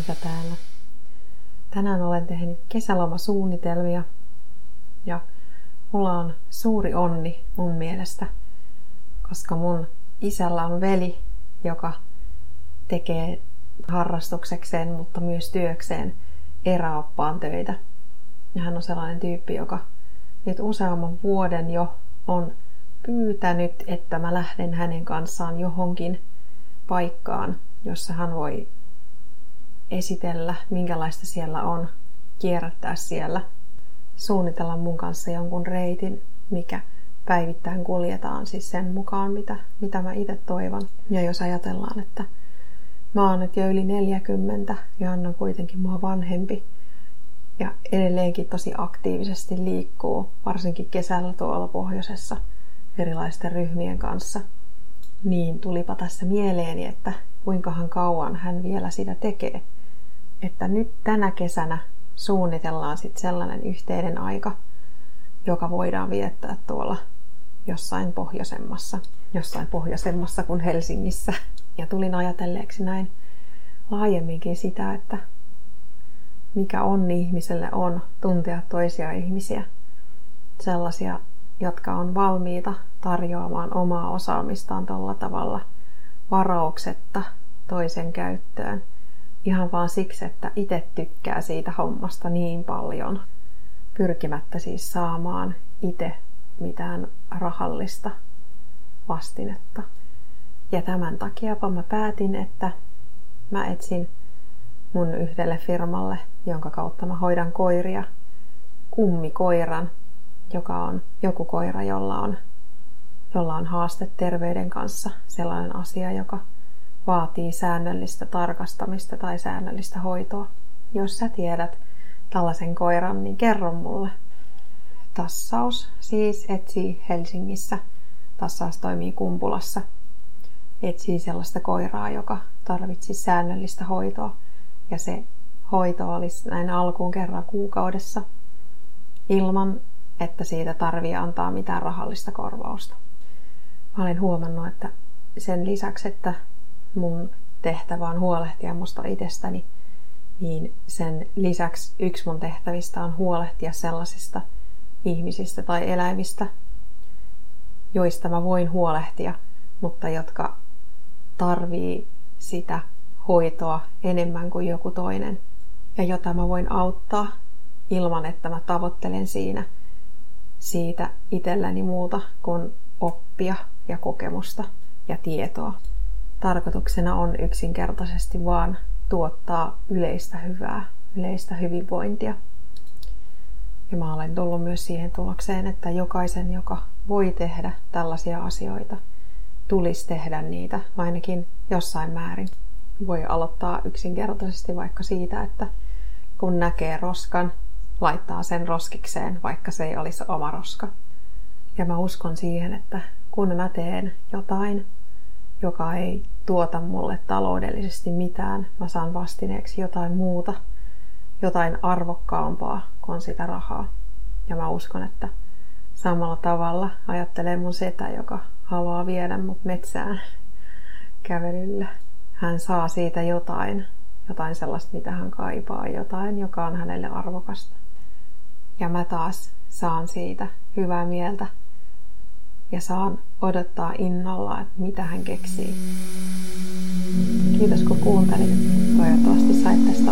Annika täällä. Tänään olen tehnyt kesälomasuunnitelmia ja mulla on suuri onni mun mielestä, koska mun isällä on veli, joka tekee harrastuksekseen, mutta myös työkseen eräoppaan töitä. Ja hän on sellainen tyyppi, joka nyt useamman vuoden jo on pyytänyt, että mä lähden hänen kanssaan johonkin paikkaan, jossa hän voi esitellä, minkälaista siellä on, kierrättää siellä, suunnitella mun kanssa jonkun reitin, mikä päivittäin kuljetaan siis sen mukaan, mitä mä itse toivon. Ja jos ajatellaan, että mä oon nyt jo yli 40 ja Anna on kuitenkin mua vanhempi ja edelleenkin tosi aktiivisesti liikkuu, varsinkin kesällä tuolla pohjoisessa erilaisten ryhmien kanssa, niin tulipa tässä mieleeni, että kuinkahan kauan hän vielä sitä tekee. Että nyt tänä kesänä suunnitellaan sitten sellainen yhteinen aika, joka voidaan viettää tuolla jossain pohjoisemmassa kuin Helsingissä. Ja tulin ajatelleeksi näin laajemminkin sitä, että mikä onni ihmiselle on tuntea toisia ihmisiä. Sellaisia, jotka on valmiita tarjoamaan omaa osaamistaan tuolla tavalla varauksetta toisen käyttöön. Ihan vaan siksi, että itse tykkää siitä hommasta niin paljon, pyrkimättä siis saamaan itse mitään rahallista vastinetta. Ja tämän takia mä päätin, että mä etsin mun yhdelle firmalle, jonka kautta mä hoidan koiria, kummikoiran, joka on joku koira, jolla on haaste terveyden kanssa, sellainen asia, joka vaatii säännöllistä tarkastamista tai säännöllistä hoitoa. Jos sä tiedät tällaisen koiran, niin kerro mulle. Tassaus siis etsii Helsingissä. Tassaus toimii Kumpulassa. Etsii sellaista koiraa, joka tarvitsisi säännöllistä hoitoa. Ja se hoito olisi näin alkuun kerran kuukaudessa ilman, että siitä tarvii antaa mitään rahallista korvausta. Mä olen huomannut, että sen lisäksi, että mun tehtävä on huolehtia musta itsestäni, niin sen lisäksi yksi mun tehtävistä on huolehtia sellaisista ihmisistä tai eläimistä, joista mä voin huolehtia, mutta jotka tarvii sitä hoitoa enemmän kuin joku toinen, ja jota mä voin auttaa ilman, että mä tavoittelen siitä itselläni muuta kuin oppia ja kokemusta ja tietoa. Tarkoituksena on yksinkertaisesti vaan tuottaa yleistä hyvää, yleistä hyvinvointia. Ja mä olen tullut myös siihen tulokseen, että jokaisen, joka voi tehdä tällaisia asioita, tulisi tehdä niitä ainakin jossain määrin. Voi aloittaa yksinkertaisesti vaikka siitä, että kun näkee roskan, laittaa sen roskikseen, vaikka se ei olisi oma roska. Ja mä uskon siihen, että kun mä teen jotain, joka ei tuota mulle taloudellisesti mitään, mä saan vastineeksi jotain muuta, jotain arvokkaampaa kuin sitä rahaa. Ja mä uskon, että samalla tavalla ajattelee mun setä, joka haluaa viedä mut metsään kävelyllä. Hän saa siitä jotain sellaista, mitä hän kaipaa, jotain, joka on hänelle arvokasta. Ja mä taas saan siitä hyvää mieltä ja saan odottaa innolla, että mitä hän keksii. Kiitos kun kuuntelit. Toivottavasti sait tästä